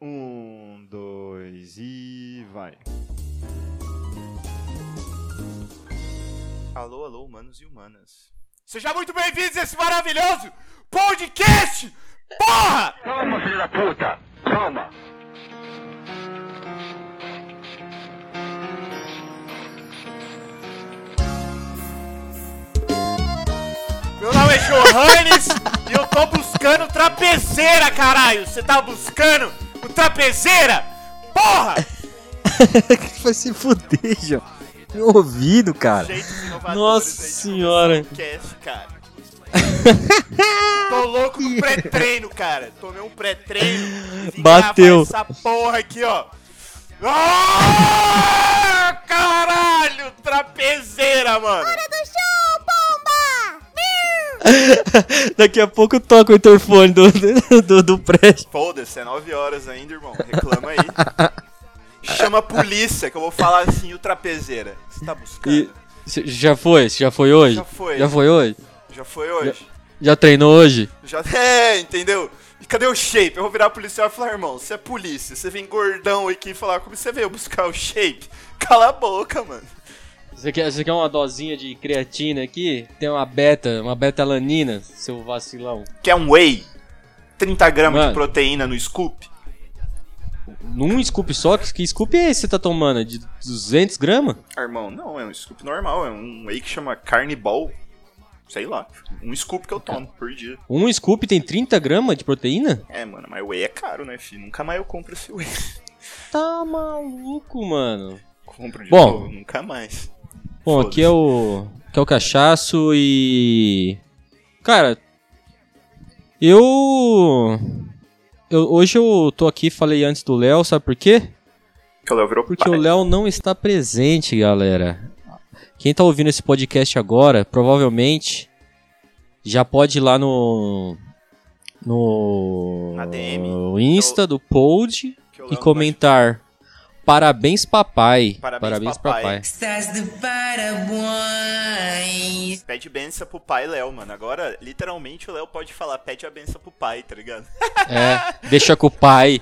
Um, dois e vai. Alô, alô, humanos e humanas. Sejam muito bem-vindos a esse maravilhoso podcast! Porra! Calma, filho da puta! Calma! Meu nome é Johannes e eu tô buscando trapezeira, caralho! Você tá buscando o trapezeira? Porra! Vai se fuder, João. Meu ouvido, cara. Nossa Nossa senhora. Podcast, cara. Tô louco no pré-treino, cara. Tomei um pré-treino. Bateu. Essa porra aqui, ó. Ah, caralho! Trapezeira, mano. Hora do show, bomba! Daqui a pouco toca o interfone do prédio. Foda-se, é 9 horas ainda, irmão. Reclama aí. Chama a polícia que eu vou falar assim, o trapezeira. Você tá buscando? Já foi? Já foi hoje? Já foi. Já foi hoje? Já foi hoje? Já treinou hoje? Já. Entendeu? E cadê o shape? Eu vou virar policial e falar, irmão, você é polícia, você vem gordão aqui e falar como você veio buscar o shape? Cala a boca, mano. Você quer uma dosinha de creatina aqui? Tem uma beta-alanina, seu vacilão. Quer um whey? 30 gramas Mano. de proteína no scoop? Num scoop só? Que scoop é esse que você tá tomando? De 200 gramas? Ah, irmão, não, é um scoop normal, é um whey que chama Carniball. Sei lá, um scoop que eu tomo por dia. Um scoop tem 30 gramas de proteína? É, mano, mas whey é caro, né, filho? Nunca mais eu compro esse whey. Tá maluco, mano. Compro de Bom. novo, nunca mais. Bom, aqui é o Cachaço e... Cara, hoje eu tô aqui, falei antes do Léo, sabe por quê? Que o Léo virou Porque pai. o Léo não está presente, galera. Quem tá ouvindo esse podcast agora, provavelmente já pode ir lá no Na DM. no Insta do Pod Que o Léo e não comentar parabéns papai. Parabéns, papai. Estás de parabéns. Pede benção pro pai, Léo, mano. Agora, literalmente, o Léo pode falar, pede a benção pro pai, tá ligado? Deixa com o pai.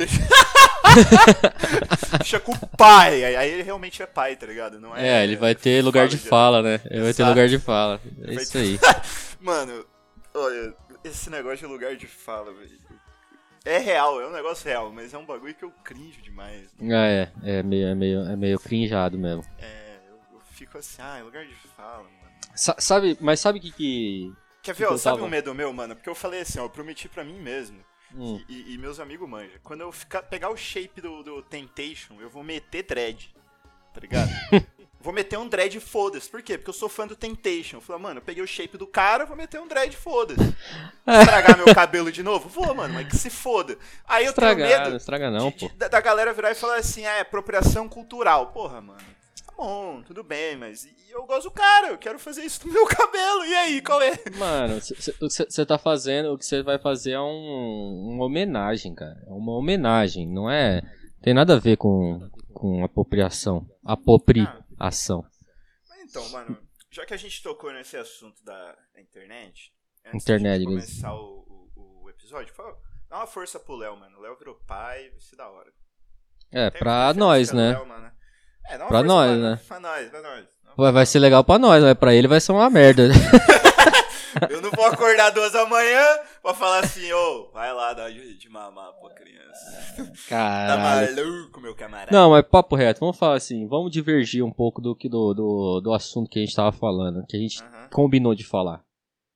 Deixa com o pai. Aí ele realmente é pai, tá ligado? Não é, Ele vai ter lugar de fala, né? Ele vai ter Exato. lugar de fala. É Vai isso ter- aí. Mano, olha, esse negócio de lugar de fala, velho. É real, é um negócio real, mas é um bagulho que eu crinjo demais. É meio crinjado mesmo. Eu fico assim, lugar de fala, mano. Mas sabe o que... Quer ver, que ó, eu sabe tava- um medo meu, mano? Porque eu falei assim, ó, eu prometi pra mim mesmo, Hum. e meus amigos manjam, quando eu pegar o shape do Temptation, eu vou meter dread, tá ligado? Vou meter um dread foda-se, por quê? Porque eu sou fã do Temptation. Eu falei, mano, eu peguei o shape do cara, vou meter um dread foda-se. Estragar meu cabelo de novo? Vou, mano, mas que se foda. Aí eu tenho medo Não estraga não, pô. da galera virar e falar assim, apropriação cultural. Porra, mano, tá bom, tudo bem, mas eu gosto do cara, eu quero fazer isso no meu cabelo, e aí, qual é? Mano, você tá fazendo, o que você vai fazer é uma homenagem, cara. É uma homenagem, não é... Tem nada a ver com apropriação. Apropriação. Então, mano, já que a gente tocou nesse assunto da internet, antes Internet, de começar o episódio, dá uma força pro Léo, mano. O Léo virou pai, vai ser da hora. Pra nós, Tem né? Léo, mano. Dá uma Pra força nós, pra né? Pra nós. Vai ser legal pra nós, mas pra ele vai ser uma merda. Eu não vou acordar 2 da manhã pra falar assim, vai lá dar de mamar pra criança. Tá Caralho. maluco, meu camarada? Não, mas papo reto, vamos falar assim, vamos divergir um pouco do assunto que a gente tava falando, que a gente combinou de falar.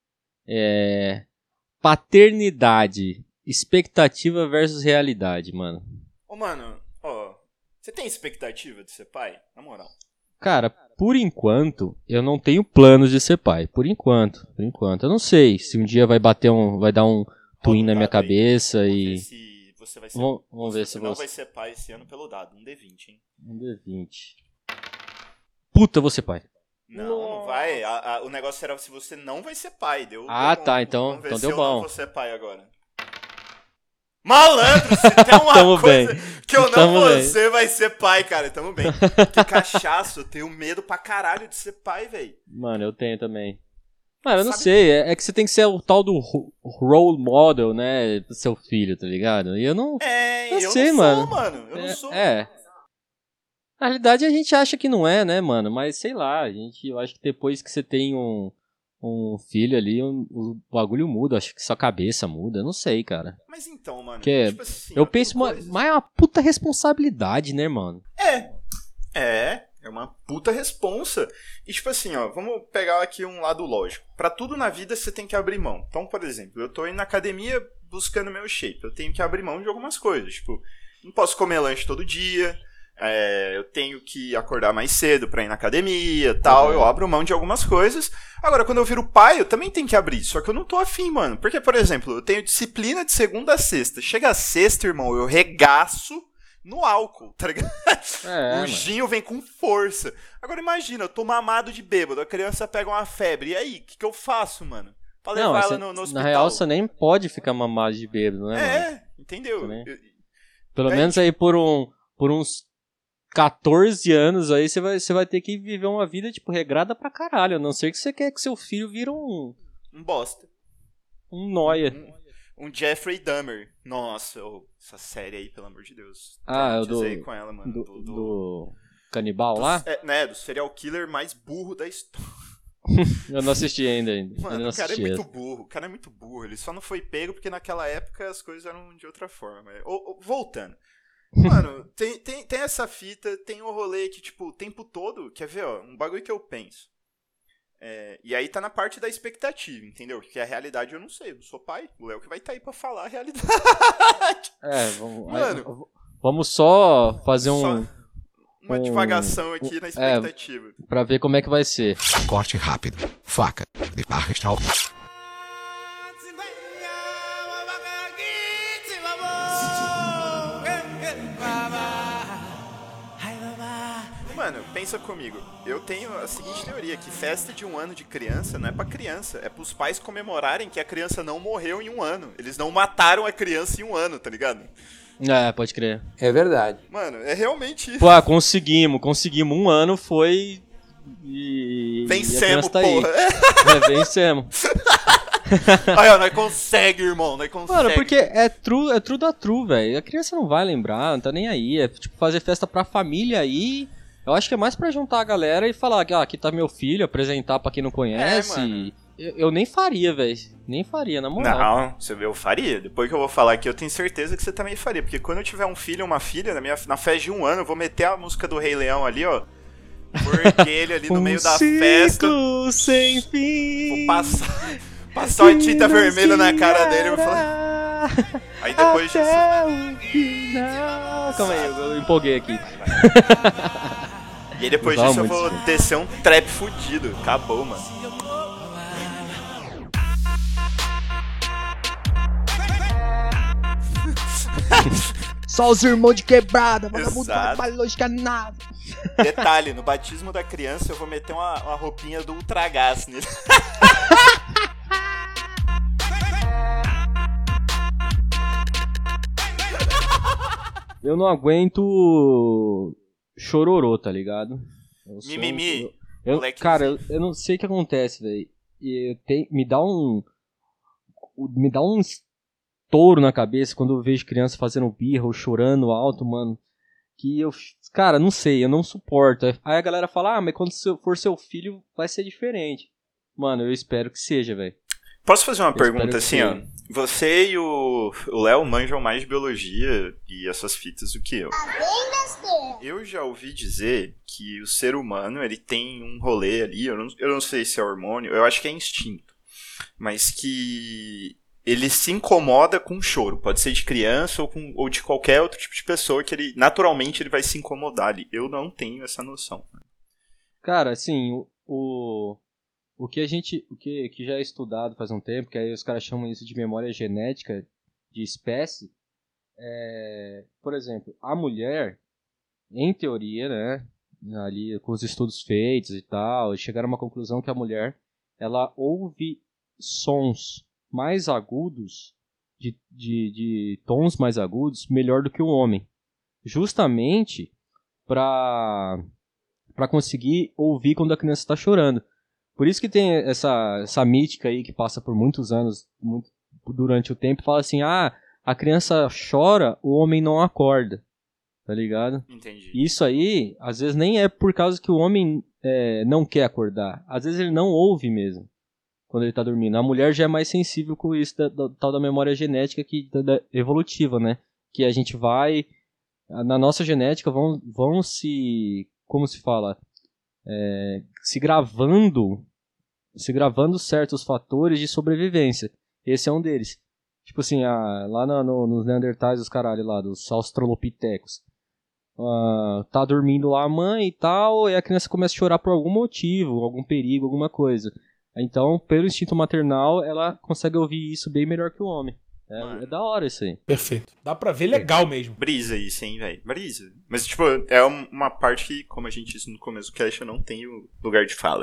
Paternidade, expectativa versus realidade, mano. Mano, você tem expectativa de ser pai? Na moral. Cara, por enquanto, eu não tenho planos de ser pai. Por enquanto. Eu não sei se um dia vai dar um twin na minha cabeça Vamos e... ver se você vai ser... Vamos ver se você não você... vai ser pai esse ano pelo dado. Um D20, hein? Um D20. Puta, eu vou ser pai. Não vai. O negócio era se você não vai ser pai. Deu Ah, bom. tá, então Vamos ver deu se eu bom. não vou ser pai agora. Malandro, se tem uma Tamo coisa bem. que eu não Tamo vou bem. ser, vai ser pai, cara. Tamo bem. Porque cachaço, eu tenho medo pra caralho de ser pai, velho. Mano, eu tenho também. Mano, eu não Sabe? sei, é que você tem que ser o tal do role model, né, do seu filho, tá ligado? E eu não... Eu sei, não mano. sou, mano. Eu não sou. Na realidade a gente acha que não é, né, mano? Mas sei lá, eu acho que depois que você tem um filho ali, o bagulho muda, acho que sua cabeça muda, eu não sei, cara. Mas então, mano, Que tipo assim... eu ó, penso tem coisas- mais uma puta responsabilidade, né, mano? É uma puta responsa. E tipo assim, ó, vamos pegar aqui um lado lógico. Pra tudo na vida você tem que abrir mão. Então, por exemplo, eu tô indo na academia buscando meu shape. Eu tenho que abrir mão de algumas coisas. Tipo, não posso comer lanche todo dia. Eu tenho que acordar mais cedo pra ir na academia, tal. Eu abro mão de algumas coisas. Agora, quando eu viro pai, eu também tenho que abrir. Só que eu não tô afim, mano. Porque, por exemplo, eu tenho disciplina de segunda a sexta. Chega a sexta, irmão, eu regaço no álcool, tá ligado? O mano. ginho vem com força. Agora imagina, eu tô mamado de bêbado, a criança pega uma febre. E aí, o que eu faço, mano? Pra levar Não, ela no hospital. na real você nem pode ficar mamado de bêbado, né, mano? Entendeu? Também. Eu- Pelo Aí, menos aí por uns 14 anos aí você vai ter que viver uma vida, tipo, regrada pra caralho. A não ser que você quer que seu filho vira um bosta. nóia. Um Jeffrey Dahmer. Nossa, essa série aí, pelo amor de Deus. Ah, Traumatizei com ela, mano. do canibal lá? Do serial killer mais burro da história. Eu não assisti ainda. Eu Mano, não o cara é assisti muito essa. burro. O cara é muito burro. Ele só não foi pego porque naquela época as coisas eram de outra forma. Voltando. Mano, tem essa fita, tem um rolê que, tipo, o tempo todo, quer ver, ó, um bagulho que eu penso. E aí tá na parte da expectativa, entendeu? Porque a realidade eu não sei, eu não sou pai. O Léo que vai estar aí pra falar a realidade. Mano, vamos só fazer só uma divagação aqui na expectativa. Pra ver como é que vai ser. Corte rápido. Faca. De barra estral. Mano, pensa comigo. Eu tenho a seguinte teoria, que festa de 1 ano de criança não é pra criança, é pros pais comemorarem que a criança não morreu em 1 ano. Eles não mataram a criança em 1 ano, tá ligado? Pode crer. É verdade. Mano, é realmente isso. Pô, conseguimos. 1 ano foi e Vencemos, a criança tá aí. porra. Vencemos. Aí, ó, nós consegue, irmão, nós consegue. Mano, porque é true da true, velho. A criança não vai lembrar, não tá nem aí. É tipo fazer festa pra família aí. Eu acho que é mais pra juntar a galera e falar que aqui tá meu filho, apresentar pra quem não conhece. mano. Eu nem faria, velho. Nem faria, na moral. Não, você vê, eu faria. Depois que eu vou falar aqui, eu tenho certeza que você também faria. Porque quando eu tiver um filho ou uma filha, na festa de 1 ano, eu vou meter a música do Rei Leão ali, ó. Porque ele ali no meio da festa. Sem fim. Vou passar uma tinta vermelha na cara dele e vou falar. Aí depois disso. Calma aí, eu empolguei aqui. E aí depois disso eu vou descer um trap fudido. Acabou, mano. Só os irmãos de quebrada, vagabundo Exato. mais longe que nada. Detalhe, no batismo da criança eu vou meter uma roupinha do Ultragás nele. Eu não aguento chororô, tá ligado? Mimimi. Cara, eu não sei o que acontece, velho. Me dá um estouro na cabeça quando eu vejo criança fazendo birra ou chorando alto, mano. Que eu, cara, não sei, eu não suporto. Aí a galera fala, mas quando for seu filho vai ser diferente. Mano, eu espero que seja, velho. Posso fazer uma pergunta que assim, sim. ó? Você e o Léo manjam mais de biologia e essas fitas do que eu. Eu já ouvi dizer que o ser humano, ele tem um rolê ali, eu não sei se é hormônio, eu acho que é instinto, mas que ele se incomoda com choro. Pode ser de criança ou de qualquer outro tipo de pessoa que ele, naturalmente, ele vai se incomodar ali. Eu não tenho essa noção. Cara, assim, o que já é estudado faz um tempo, que aí os caras chamam isso de memória genética de espécie, por exemplo, a mulher, em teoria, né, ali com os estudos feitos e tal, chegaram a uma conclusão que a mulher, ela ouve sons mais agudos, de tons mais agudos, melhor do que o homem, justamente para conseguir ouvir quando a criança está chorando. Por isso que tem essa mítica aí que passa por muitos anos, durante o tempo, fala assim, a criança chora, o homem não acorda, tá ligado? Entendi. Isso aí, às vezes nem é por causa que o homem não quer acordar, às vezes ele não ouve mesmo, quando ele tá dormindo. A mulher já é mais sensível com isso, tal da memória genética evolutiva, né? Que a gente vai, na nossa genética, vão se, como se fala, se gravando certos fatores de sobrevivência. Esse é um deles. Tipo assim, lá nos Neandertais, os caralho lá, dos Australopithecus. Tá dormindo lá a mãe e tal, e a criança começa a chorar por algum motivo, algum perigo, alguma coisa. Então, pelo instinto maternal, ela consegue ouvir isso bem melhor que o homem. É da hora isso aí. Perfeito. Dá pra ver legal mesmo. Brisa isso, hein, velho. Brisa. Mas, tipo, é uma parte que, como a gente disse no começo do cast, eu não tenho lugar de fala.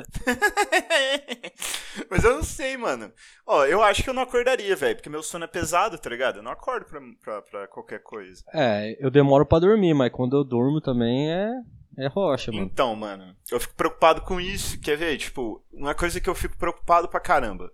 Mas eu não sei, mano. Ó, eu acho que eu não acordaria, velho, porque meu sono é pesado, tá ligado? Eu não acordo pra qualquer coisa. Eu demoro pra dormir, mas quando eu durmo também é rocha, mano. Então, mano, eu fico preocupado com isso. Quer ver? Tipo, uma coisa que eu fico preocupado pra caramba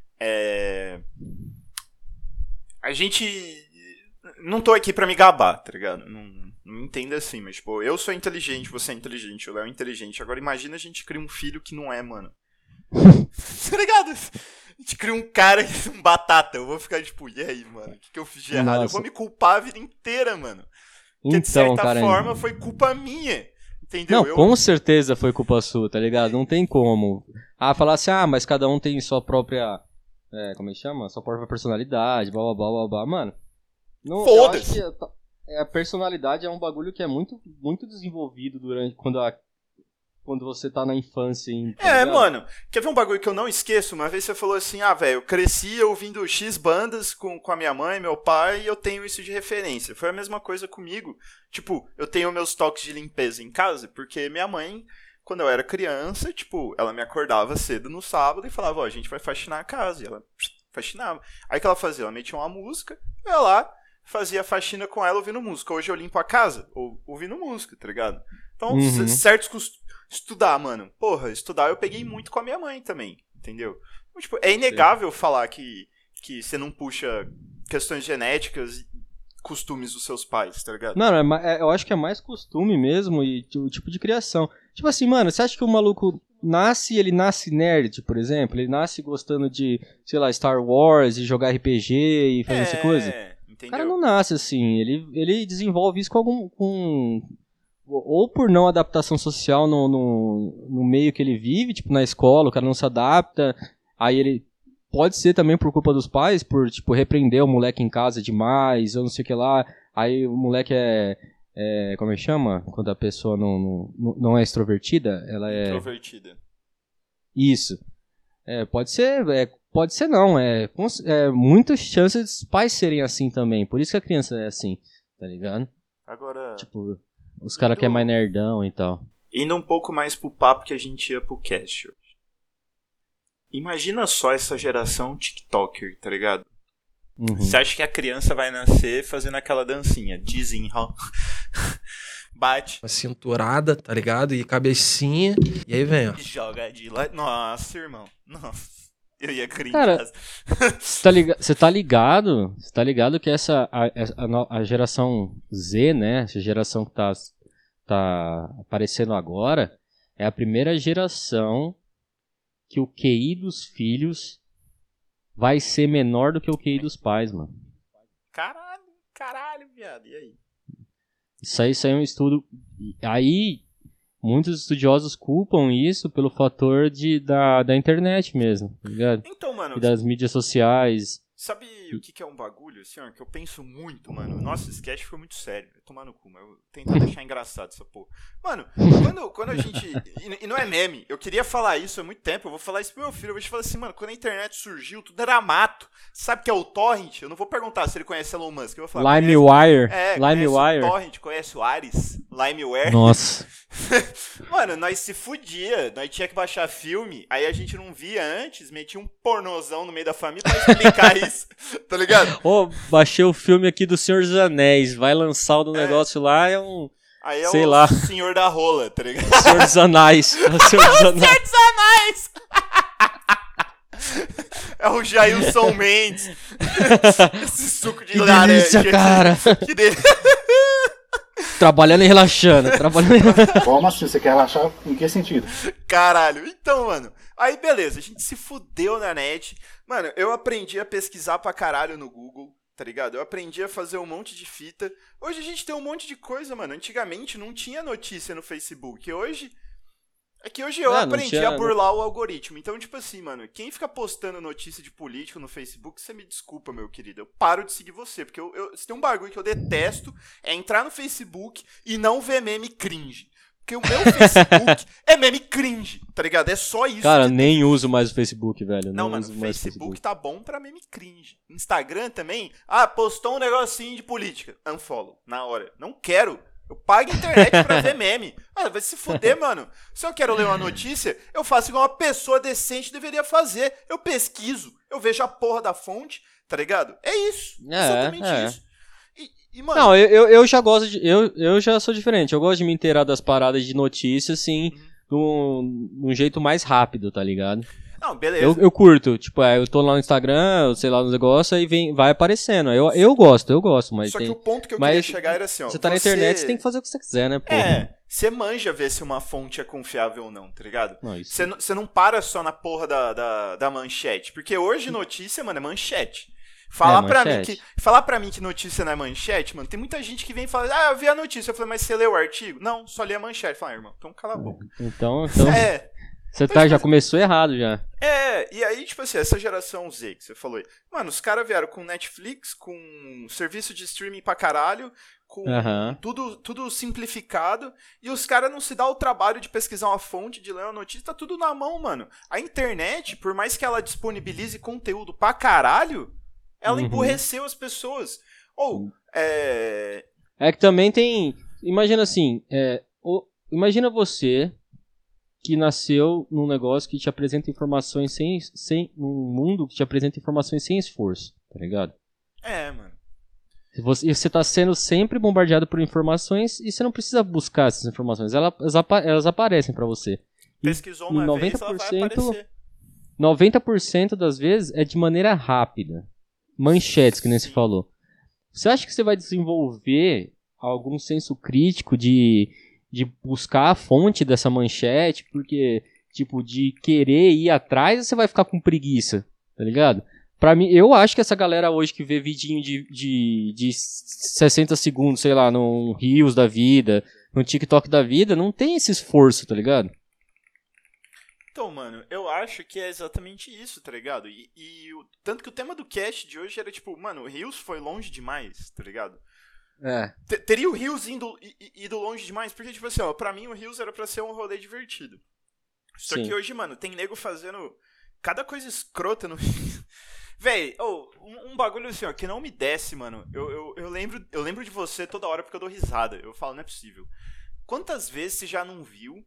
a gente... Não tô aqui pra me gabar, tá ligado? Não me entenda assim, mas, tipo, eu sou inteligente, você é inteligente, o Léo é inteligente. Agora imagina a gente cria um filho que não é, mano. Tá ligado? A gente cria um cara, um batata. Eu vou ficar, tipo, e aí, mano? O que eu fiz de errado? Nossa. Eu vou me culpar a vida inteira, mano. Porque, Então, de certa cara, forma, foi culpa minha. Entendeu? Não, com certeza foi culpa sua, tá ligado? Não tem como. Falar assim, mas cada um tem sua própria... como é que chama? Sua própria personalidade, blá blá blá blá blá. Mano, foda-se! Eu acho que a personalidade é um bagulho que é muito, muito desenvolvido quando você tá na infância. Mano, quer ver um bagulho que eu não esqueço? Uma vez você falou assim, velho, eu cresci ouvindo X bandas com a minha mãe, meu pai, e eu tenho isso de referência. Foi a mesma coisa comigo. Tipo, eu tenho meus toques de limpeza em casa, porque minha mãe, quando eu era criança, tipo, ela me acordava cedo no sábado e falava, a gente vai faxinar a casa. E ela faxinava. Aí o que ela fazia? Ela metia uma música, eu ia lá, fazia a faxina com ela ouvindo música. Hoje eu limpo a casa ouvindo música, tá ligado? Então, certos estudar, mano. Porra, estudar eu peguei muito com a minha mãe também, entendeu? Então, tipo, é inegável falar que você não puxa questões genéticas, costumes dos seus pais, tá ligado? Mano, eu acho que é mais costume mesmo e o tipo de criação. Tipo assim, mano, você acha que o maluco ele nasce nerd, por exemplo? Ele nasce gostando de, sei lá, Star Wars e jogar RPG e fazer essa coisa? Entendeu? O cara não nasce assim, ele desenvolve isso ou por não adaptação social no meio que ele vive, tipo na escola, o cara não se adapta, aí ele pode ser também por culpa dos pais, por tipo repreender o moleque em casa demais, ou não sei o que lá, aí o moleque como é que chama? Quando a pessoa não é extrovertida, ela é... Introvertida. Isso. Pode ser não, muitas chances dos pais serem assim também, por isso que a criança é assim, tá ligado? Agora... Tipo... Os caras que é mais nerdão e tal. Indo um pouco mais pro papo que a gente ia pro cast hoje. Imagina só essa geração TikToker, tá ligado? Você acha que a criança vai nascer fazendo aquela dancinha? Dizem, bate. Uma cinturada, tá ligado? E cabecinha. E aí vem, ó. Joga de lá. Nossa, irmão. Nossa. Eu ia crer em cara, casa. Você tá ligado? Você tá ligado que a geração Z, né? Essa geração que tá aparecendo agora, é a primeira geração que o QI dos filhos vai ser menor do que o QI dos pais, mano. Caralho, viado. E aí? Isso aí é um estudo... Aí, muitos estudiosos culpam isso pelo fator da internet mesmo, tá ligado? Então, mano... E das mídias sociais. Sabe o que é um bagulho, senhor? Que eu penso muito, mano. Nossa, esse sketch foi muito sério. Vai tomar no cu, mas eu vou tentar deixar engraçado essa porra. Mano, quando a gente... E não é meme. Eu queria falar isso há muito tempo. Eu vou falar isso pro meu filho. Eu vou te falar assim, mano, quando a internet surgiu, tudo era mato. Sabe o que é o Torrent? Eu não vou perguntar se ele conhece Elon Musk. Eu vou falar... LimeWire. LimeWire. Conhece o Torrent, conhece o Ares, Limeware. Nossa. Mano, nós se fudia. Nós tinha que baixar filme. Aí a gente não via antes. Metia um pornozão no meio da família pra explicar isso. Tá ligado? Baixei o filme aqui do Senhor dos Anéis. Vai lançar o negócio lá, aí é sei o lá. Senhor da Rola, tá ligado? Senhor dos Anéis. O Senhor dos Anéis! É o Jailson Mendes. Esse suco de Que laranja. delícia, cara. Que delícia. Trabalhando e relaxando. Como assim? Você quer relaxar em que sentido? Caralho. Então, mano. Aí, beleza. A gente se fudeu na net. Mano, eu aprendi a pesquisar pra caralho no Google. Tá ligado? Eu aprendi a fazer um monte de fita. Hoje a gente tem um monte de coisa, mano. Antigamente não tinha notícia no Facebook. Hoje eu aprendi a burlar o algoritmo. Então, tipo assim, mano, quem fica postando notícia de político no Facebook, você me desculpa, meu querido. Eu paro de seguir você. Porque se tem um bagulho que eu detesto, é entrar no Facebook e não ver meme cringe. Porque o meu Facebook é meme cringe, tá ligado? É só isso. Cara, nem uso mais o Facebook, velho. Não, mano, o Facebook tá bom pra meme cringe. Instagram também, postou um negocinho de política. Unfollow, na hora. Não quero. Eu pago a internet pra ver meme. Vai se fuder, mano. Se eu quero ler uma notícia, eu faço igual uma pessoa decente deveria fazer. Eu pesquiso, eu vejo a porra da fonte, tá ligado? É isso. Exatamente isso. E, mano... Não, eu já gosto de... Eu já sou diferente. Eu gosto de me inteirar das paradas de notícias, assim, de um jeito mais rápido, tá ligado? Não, beleza. Eu curto. Tipo, eu tô lá no Instagram, sei lá, no negócio, aí vai aparecendo. Eu gosto, mas Só tem... que o ponto que eu queria chegar era assim, ó. Você tá na internet, você tem que fazer o que você quiser, né, pô? Você manja ver se uma fonte é confiável ou não, tá ligado? Isso. Você não para só na porra da manchete. Porque hoje notícia, mano, é manchete. Falar pra mim que notícia não é manchete, mano, tem muita gente que vem e fala, eu vi a notícia. Eu falei, mas você leu o artigo? Não, só li a manchete. Fala, irmão, então cala a boca. Então você já começou errado já. E aí, tipo assim, essa geração Z que você falou aí. Mano, os caras vieram com Netflix, com serviço de streaming pra caralho, com tudo simplificado, e os caras não se dão o trabalho de pesquisar uma fonte, de ler uma notícia, tá tudo na mão, mano. A internet, por mais que ela disponibilize conteúdo pra caralho, ela emburreceu as pessoas. É que também tem... Imagina assim, imagina você que nasceu num negócio que te apresenta informações num mundo que te apresenta informações sem esforço, tá ligado? Mano. Você tá sendo sempre bombardeado por informações e você não precisa buscar essas informações, elas aparecem pra você. Pesquisou uma vez, ela vai aparecer. 90% das vezes é de maneira rápida. Manchetes, que nem se falou. Você acha que você vai desenvolver algum senso crítico de buscar a fonte dessa manchete, porque, tipo, de querer ir atrás, ou você vai ficar com preguiça, tá ligado? Pra mim, eu acho que essa galera hoje que vê vidinho de 60 segundos, sei lá, no Reels da vida, no TikTok da vida, não tem esse esforço, tá ligado? Então, mano, eu acho que é exatamente isso, tá ligado? Tanto que o tema do cast de hoje era tipo, mano, o Reels foi longe demais, tá ligado? Teria o Reels ido longe demais, porque, tipo assim, ó, pra mim o Reels era pra ser um rolê divertido. Só que hoje, mano, tem nego fazendo cada coisa escrota no Véi, um bagulho assim, ó, que não me desce, mano. Eu lembro de você toda hora porque eu dou risada. Eu falo, não é possível. Quantas vezes você já não viu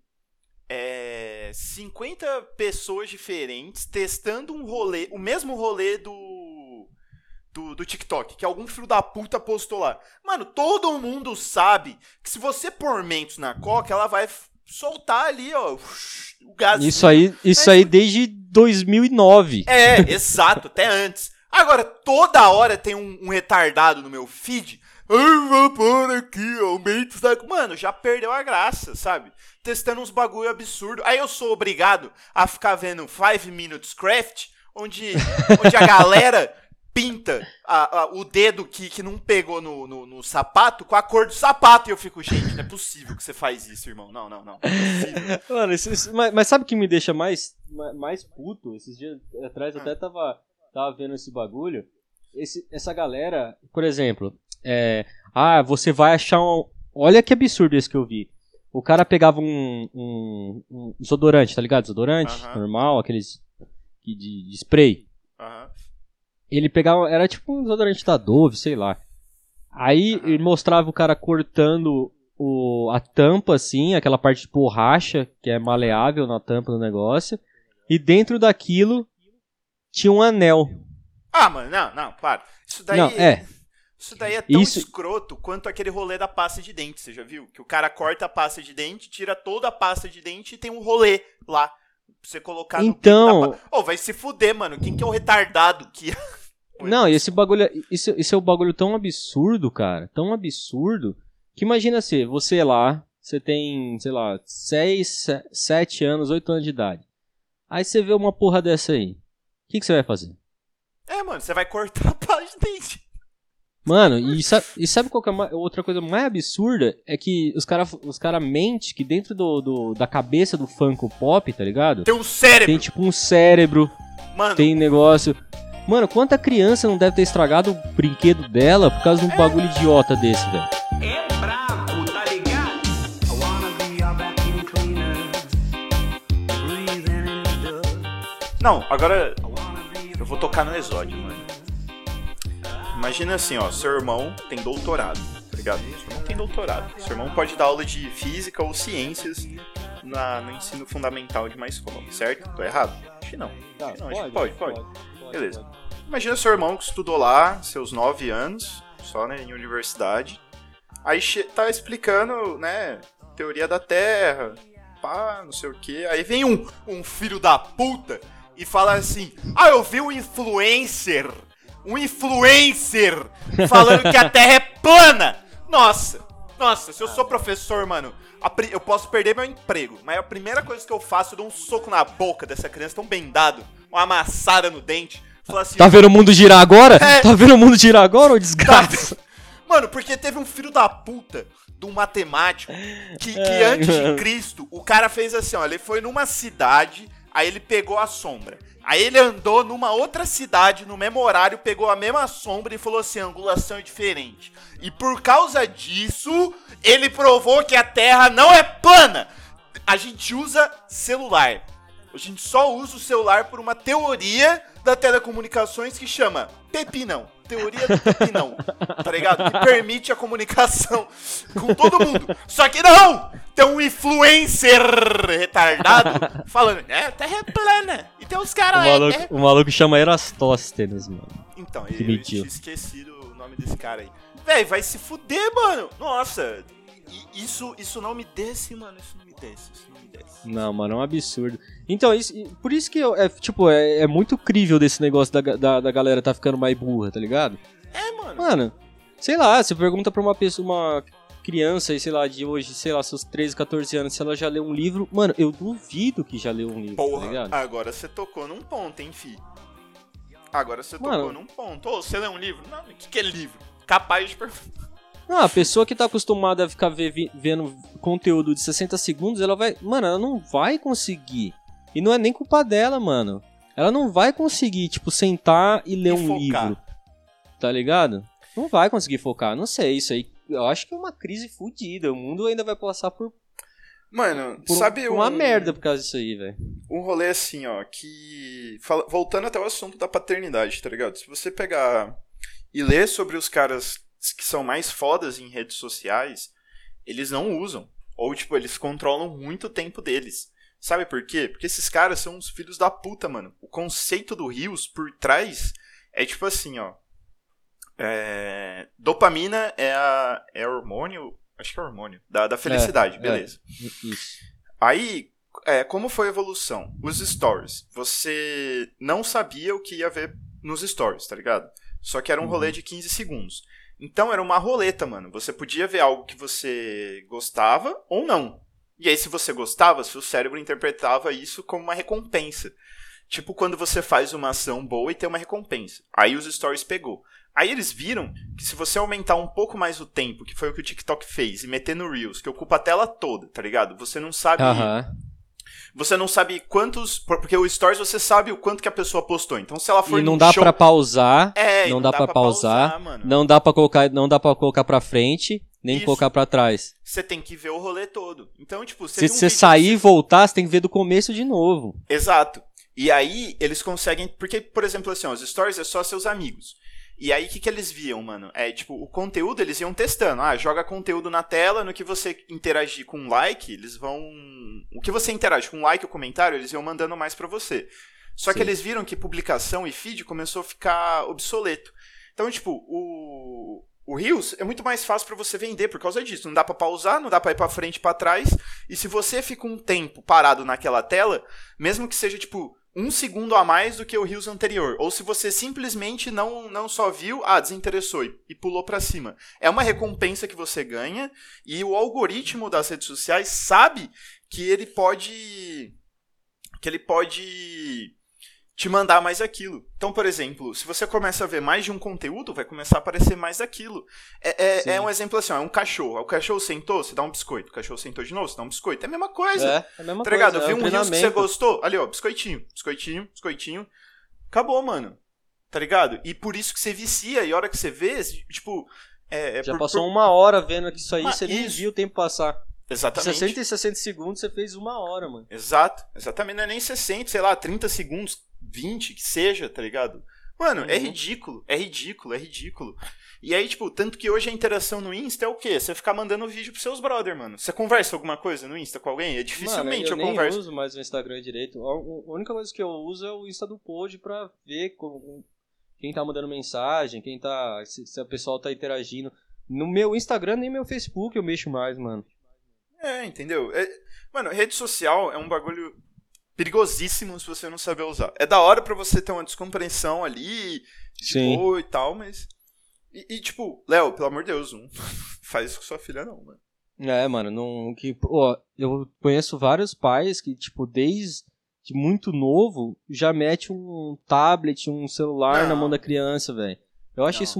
50 pessoas diferentes testando um rolê, o mesmo rolê do TikTok, que algum filho da puta postou lá. Mano, todo mundo sabe que se você pôr mentos na coca, ela vai soltar ali, ó, o gás. Isso aí desde 2009. Exato, até antes. Agora, toda hora tem um retardado no meu feed. Vou pôr aqui, ó, o mentos da... Mano, já perdeu a graça, sabe? Testando uns bagulho absurdo. Aí eu sou obrigado a ficar vendo 5 Minutes Craft, onde a galera pinta o dedo que não pegou no sapato com a cor do sapato. E eu fico, gente, não é possível que você faz isso, irmão. Não. Não é possível. Mano, mas sabe o que me deixa mais puto? Esses dias atrás eu até tava vendo esse bagulho. Essa galera, por exemplo, você vai achar olha que absurdo esse que eu vi. O cara pegava um desodorante, tá ligado? Desodorante normal, aqueles de spray. Ele pegava, era tipo um desodorante da Dove, sei lá. Aí ele mostrava o cara cortando a tampa, assim, aquela parte de borracha, que é maleável na tampa do negócio. E dentro daquilo tinha um anel. Mano, não, para. Isso daí é tão escroto quanto aquele rolê da pasta de dente, você já viu? Que o cara corta a pasta de dente, tira toda a pasta de dente e tem um rolê lá. Pra você colocar Então... no clipe da... vai se fuder, mano. Quem que é o retardado que... Não, e esse bagulho... Isso é um bagulho tão absurdo, cara. Tão absurdo. Que imagina você lá... Você tem, sei lá, 6, 7 anos, 8 anos de idade. Aí você vê uma porra dessa aí. O que você vai fazer? Mano, você vai cortar a pasta de dente. Mano, e sabe qual que é outra coisa mais absurda? É que os cara mentem que dentro da cabeça do Funko Pop, tá ligado? Tem um cérebro. Tem tipo um cérebro, mano. Tem negócio... Mano, quanta criança não deve ter estragado o brinquedo dela por causa de um bagulho idiota desse, velho? É brabo, tá ligado? I wanna be your vacuum cleaner, breathing in the dust. Não, agora eu vou tocar no exódio, mano. Imagina assim, ó, seu irmão tem doutorado, tá ligado? Seu irmão tem doutorado. Seu irmão pode dar aula de física ou ciências no ensino fundamental de uma escola, certo? Tô errado? Acho que não. Acho que pode. Beleza. Imagina seu irmão que estudou lá, seus 9 anos, só, né, em universidade. Aí tá explicando, né, teoria da Terra, pá, não sei o que. Aí vem um filho da puta e fala assim: eu vi um influencer falando que a Terra é plana. Nossa, se eu sou professor, mano, eu posso perder meu emprego, mas a primeira coisa que eu faço, eu dou um soco na boca dessa criança tão bendado, uma amassada no dente. Assim, tá vendo o mundo girar agora? Tá vendo o mundo girar agora, ô desgraça? Mano, porque teve um filho da puta de um matemático que antes de Cristo, o cara fez assim, ó, ele foi numa cidade, aí ele pegou a sombra. Aí ele andou numa outra cidade, no mesmo horário, pegou a mesma sombra e falou assim, a angulação é diferente. E por causa disso, ele provou que a Terra não é plana. A gente usa celular. A gente só usa o celular por uma teoria da telecomunicações que chama Pepinão. Teoria do Pepinão, tá ligado? Que permite a comunicação com todo mundo. Só que não! Tem um influencer retardado falando, a Terra é plana. E tem uns caras lá... O maluco chama Erastóstenes, mano. Então, eu tinha esquecido o nome desse cara aí. Véi, vai se fuder, mano. Nossa, isso não me desce, mano. Isso não me desce. Não, mano, é um absurdo. Então, por isso que é muito crível desse negócio da galera tá ficando mais burra, tá ligado? Mano. Mano, sei lá, você pergunta pra uma criança aí, sei lá, de hoje, sei lá, seus 13, 14 anos, se ela já leu um livro, mano, eu duvido que já leu um livro, porra, tá ligado? Agora você tocou num ponto, hein, fi? Agora você tocou num ponto. Você lê um livro? Não, o que é livro? Capaz de perguntar. Não, a pessoa que tá acostumada a ficar vendo conteúdo de 60 segundos, ela não vai conseguir. E não é nem culpa dela, mano. Ela não vai conseguir, sentar e ler um livro. Tá ligado? Não vai conseguir focar. Não sei, isso aí, eu acho que é uma crise fodida. O mundo ainda vai passar por... Mano, sabe uma merda por causa disso aí, velho. Um rolê assim, ó, que... Voltando até o assunto da paternidade, tá ligado? Se você pegar e ler sobre os caras que são mais fodas em redes sociais, eles não usam. Ou, eles controlam muito o tempo deles. Sabe por quê? Porque esses caras são uns filhos da puta, mano. O conceito do Rios por trás é tipo assim, ó. Dopamina é hormônio... Acho que é hormônio. Da felicidade, beleza. Isso. Aí, como foi a evolução? Os stories. Você não sabia o que ia ver nos stories, tá ligado? Só que era um rolê de 15 segundos. Então era uma roleta, mano. Você podia ver algo que você gostava ou não. E aí, se você gostava, seu cérebro interpretava isso como uma recompensa. Tipo quando você faz uma ação boa e tem uma recompensa. Aí os stories pegou. Aí eles viram que se você aumentar um pouco mais o tempo, que foi o que o TikTok fez, e meter no Reels, que ocupa a tela toda, tá ligado? Você não sabe... Você não sabe quantos... Porque o Stories você sabe o quanto que a pessoa postou. Então se ela for e não dá show... pra pausar. Não dá pra pausar, mano. Não dá pra colocar pra frente, nem colocar pra trás. Você tem que ver o rolê todo. Então, se você sair e voltar, você tem que ver do começo de novo. Exato. E aí, eles conseguem... Porque, por exemplo, assim, ó, os Stories é só seus amigos. E aí, o que eles viam, mano? O conteúdo eles iam testando. Joga conteúdo na tela, no que você interagir com like, eles vão... O que você interage com like ou comentário, eles iam mandando mais pra você. Só que eles viram que publicação e feed começou a ficar obsoleto. Então, O Reels é muito mais fácil pra você vender por causa disso. Não dá pra pausar, não dá pra ir pra frente e pra trás. E se você fica um tempo parado naquela tela, mesmo que seja, tipo, 1 segundo a mais do que o Reels anterior. Ou se você simplesmente não só viu, desinteressou e pulou pra cima. É uma recompensa que você ganha e o algoritmo das redes sociais sabe que ele pode te mandar mais aquilo. Então, por exemplo, se você começa a ver mais de um conteúdo, vai começar a aparecer mais daquilo. É um exemplo assim, ó, é um cachorro. O cachorro sentou, você dá um biscoito. O cachorro sentou de novo, você dá um biscoito. É a mesma coisa. É a mesma tá ligado? coisa. Viu um Reels que você gostou? Ali, ó, biscoitinho. Acabou, mano. Tá ligado? E por isso que você vicia, e a hora que você vê, tipo... Já passou 1 hora vendo que isso aí, você nem isso. viu o tempo passar. Exatamente. 60 e 60 segundos, você fez 1 hora, mano. Exatamente. Não é nem 60, sei lá, 30 segundos, 20, que seja, tá ligado? Mano, é ridículo. E aí, tipo, tanto que hoje a interação no Insta é o quê? Você ficar mandando vídeo pros seus brother, mano. Você conversa alguma coisa no Insta com alguém? Dificilmente eu converso. Eu nem uso mais o Instagram direito. A única coisa que eu uso é o Insta do Pod pra ver quem tá mandando mensagem, se o pessoal tá interagindo. No meu Instagram, nem meu Facebook eu mexo mais, mano. Entendeu? Mano, rede social é um bagulho perigosíssimo se você não saber usar. É da hora pra você ter uma descompreensão ali, boa e tal, mas... E tipo, Léo, pelo amor de Deus, não faz isso com sua filha não, mano. Mano, eu conheço vários pais que, tipo, desde muito novo, já mete um tablet, um celular na mão da criança, velho. Eu acho isso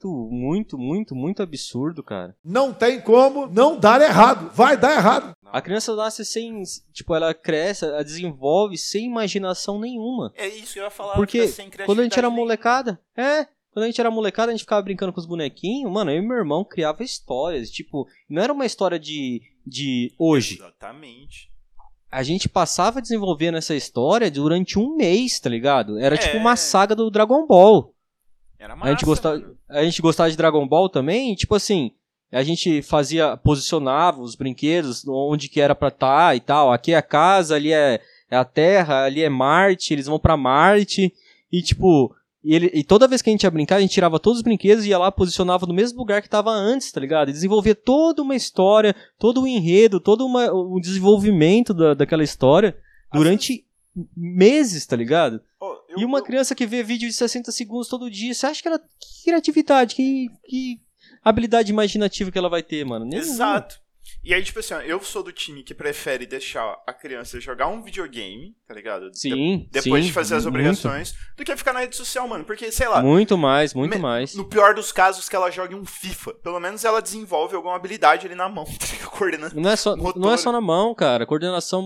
muito absurdo, cara. Não tem como não dar errado. Vai dar errado. A criança nasce sem... Tipo, ela cresce, ela desenvolve sem imaginação nenhuma. É isso que eu ia falar. Porque sem quando a gente era molecada... Quando a gente era molecada, a gente ficava brincando com os bonequinhos. Mano, eu e meu irmão criava histórias. Tipo, não era uma história de hoje. Exatamente. A gente passava desenvolvendo essa história durante 1 mês, tá ligado? Era tipo uma saga do Dragon Ball. Era massa, a gente gostava de Dragon Ball também, tipo assim, a gente posicionava os brinquedos onde que era pra estar e tal. Aqui é a casa, ali é a Terra, ali é Marte, eles vão pra Marte. E tipo, e toda vez que a gente ia brincar, a gente tirava todos os brinquedos e ia lá, posicionava no mesmo lugar que tava antes, tá ligado? E desenvolvia toda uma história, todo o enredo, todo o desenvolvimento daquela história durante meses, tá ligado? E uma criança que vê vídeo de 60 segundos todo dia, você acha que ela... Que criatividade, que habilidade imaginativa que ela vai ter, mano? Exato. E aí, tipo assim, ó, eu sou do time que prefere deixar a criança jogar um videogame, tá ligado? Depois de fazer as obrigações, do que ficar na rede social, mano. Porque, sei lá... Muito mais. No pior dos casos, que ela jogue um FIFA. Pelo menos ela desenvolve alguma habilidade ali na mão, coordenando. Não é só na mão, cara. Coordenação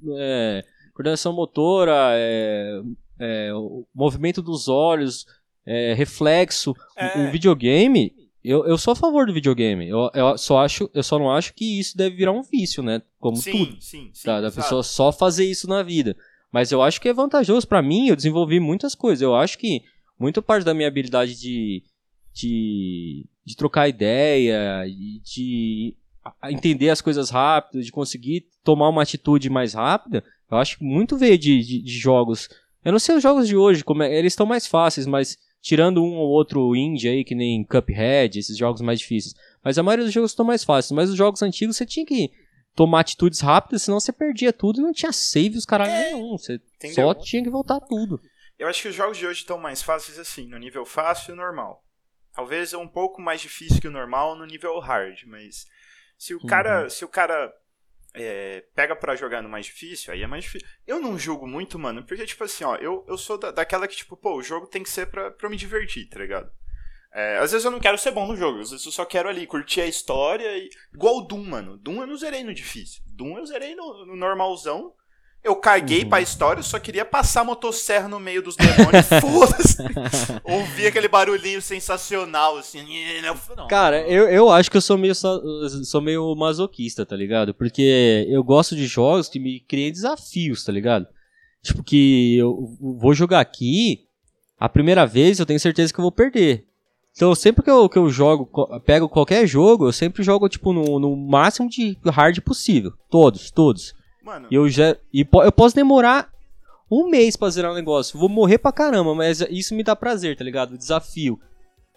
motora, o movimento dos olhos, reflexo. O videogame, eu sou a favor do videogame. Eu só não acho que isso deve virar um vício, né? Como tudo. Sim, da pessoa só fazer isso na vida. Mas eu acho que é vantajoso pra mim. Eu desenvolvi muitas coisas. Eu acho que muita parte da minha habilidade de trocar ideia, de entender as coisas rápido, de conseguir tomar uma atitude mais rápida, eu acho que muito veio de jogos. Eu não sei os jogos de hoje, eles estão mais fáceis, mas tirando um ou outro indie aí, que nem Cuphead, esses jogos mais difíceis. Mas a maioria dos jogos estão mais fáceis. Mas os jogos antigos você tinha que tomar atitudes rápidas, senão você perdia tudo e não tinha save os caralho nenhum. Você só tinha que voltar tudo. Eu acho que os jogos de hoje estão mais fáceis assim, no nível fácil e normal. Talvez é um pouco mais difícil que o normal no nível hard, mas se o cara pega pra jogar no mais difícil, aí é mais difícil. Eu não julgo muito, mano, porque, tipo assim, ó, eu sou daquela que, tipo, o jogo tem que ser pra eu me divertir, tá ligado? Às vezes eu não quero ser bom no jogo, às vezes eu só quero ali curtir a história. Igual o Doom, mano. Doom eu não zerei no difícil. Doom eu zerei no normalzão. Eu caguei pra história, eu só queria passar a motosserra no meio dos demônios. Foda-se. Ouvi aquele barulhinho sensacional, assim. Não. Cara, eu acho que eu sou meio masoquista, tá ligado? Porque eu gosto de jogos que me criem desafios, tá ligado? Tipo, que eu vou jogar aqui, a primeira vez eu tenho certeza que eu vou perder. Então, sempre que eu jogo, pego qualquer jogo, eu sempre jogo, tipo, no máximo de hard possível. Todos. Mano. Eu posso demorar 1 mês pra zerar um negócio. Vou morrer pra caramba, mas isso me dá prazer, tá ligado? O desafio.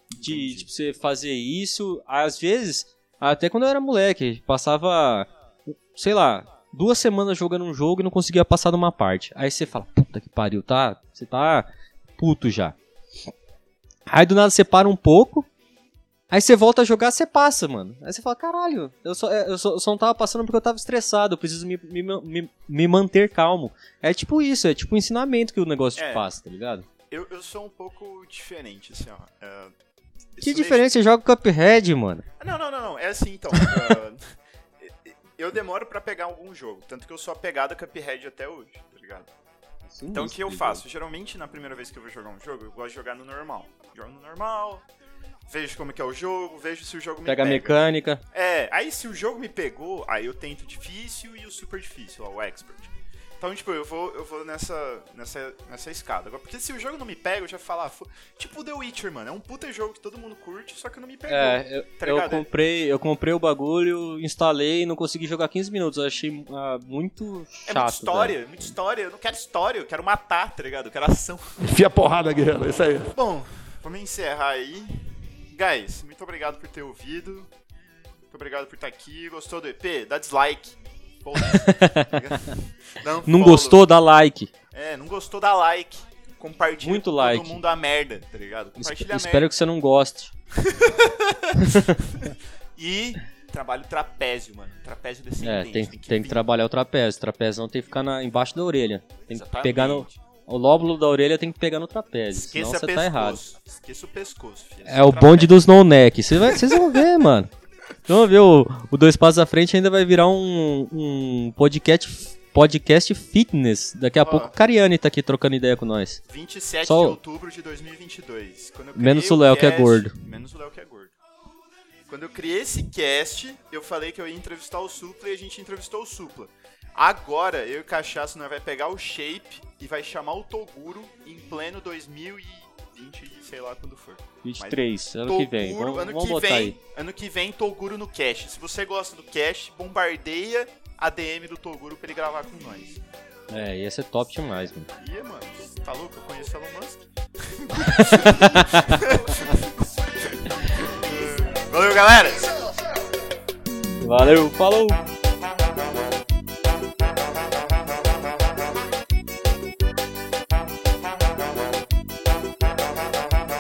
de tipo, você fazer isso. Às vezes, até quando eu era moleque, passava, sei lá, 2 semanas jogando um jogo e não conseguia passar de uma parte. Aí você fala, puta que pariu, você tá puto já. Aí do nada você para um pouco, aí você volta a jogar, você passa, mano. Aí você fala, caralho, eu só não tava passando porque eu tava estressado, eu preciso me manter calmo. É tipo isso, é tipo o ensinamento que o negócio te passa, tá ligado? Eu sou um pouco diferente, assim, ó. Que diferença? Você joga Cuphead, mano? Não. É assim, então. Eu demoro pra pegar algum jogo, tanto que eu sou apegado a Cuphead até hoje, tá ligado? Sim, então o que eu faço? Geralmente, na primeira vez que eu vou jogar um jogo, eu gosto de jogar no normal. Jogo no normal, vejo como que é o jogo, vejo se o jogo me pega. Pega a mecânica. Aí se o jogo me pegou, aí eu tento o difícil e o super difícil, ó, o expert. Então, tipo, eu vou nessa escada. Agora, porque se o jogo não me pega, eu já falo, tipo The Witcher, mano. É um puta jogo que todo mundo curte, só que não me pegou. Eu comprei o bagulho, instalei e não consegui jogar 15 minutos. Eu achei muito chato. Muita história. Eu não quero história, eu quero matar, tá ligado? Eu quero ação. Enfia porrada, guerreiro, é isso aí. Bom, vamos encerrar aí. Guys, muito obrigado por ter ouvido. Muito obrigado por estar aqui. Gostou do EP? Dá dislike. Não gostou, dá like. Não gostou, dá like. Compartilha muito com like. Todo mundo a merda, tá ligado? Compartilha a merda. Espero que você não goste. E trabalho trapézio, mano. Trapézio descendente. Tem que trabalhar o trapézio. O trapézio não tem que ficar embaixo da orelha. Tem Exatamente. que pegar o lóbulo da orelha tem que pegar no trapézio. Esqueça senão você tá errado. Esqueça o pescoço, filho. É o bonde dos no-neck. Vocês vão ver, mano. Vamos ver, o Dois Passos à Frente ainda vai virar um podcast fitness. Daqui a pouco o Cariani tá aqui trocando ideia com nós. 27 de outubro de 2022. Menos o Léo que é gordo. Menos o Léo que é gordo. Quando eu criei esse cast, eu falei que eu ia entrevistar o Supla e a gente entrevistou o Supla. Agora, eu e o Cachaça, nós vai pegar o Shape e vai chamar o Toguro em pleno 2020, sei lá quando for. 23, ano que vem. Vamos botar aí. Ano que vem, Toguro no Cash. Se você gosta do Cash, bombardeia a DM do Toguro pra ele gravar com nós. Ia ser top demais, mano. Mano, tá louco? Eu conheço o Elon Musk. Valeu, galera! Valeu, falou!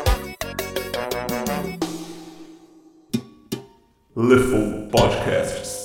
Leful Podcasts.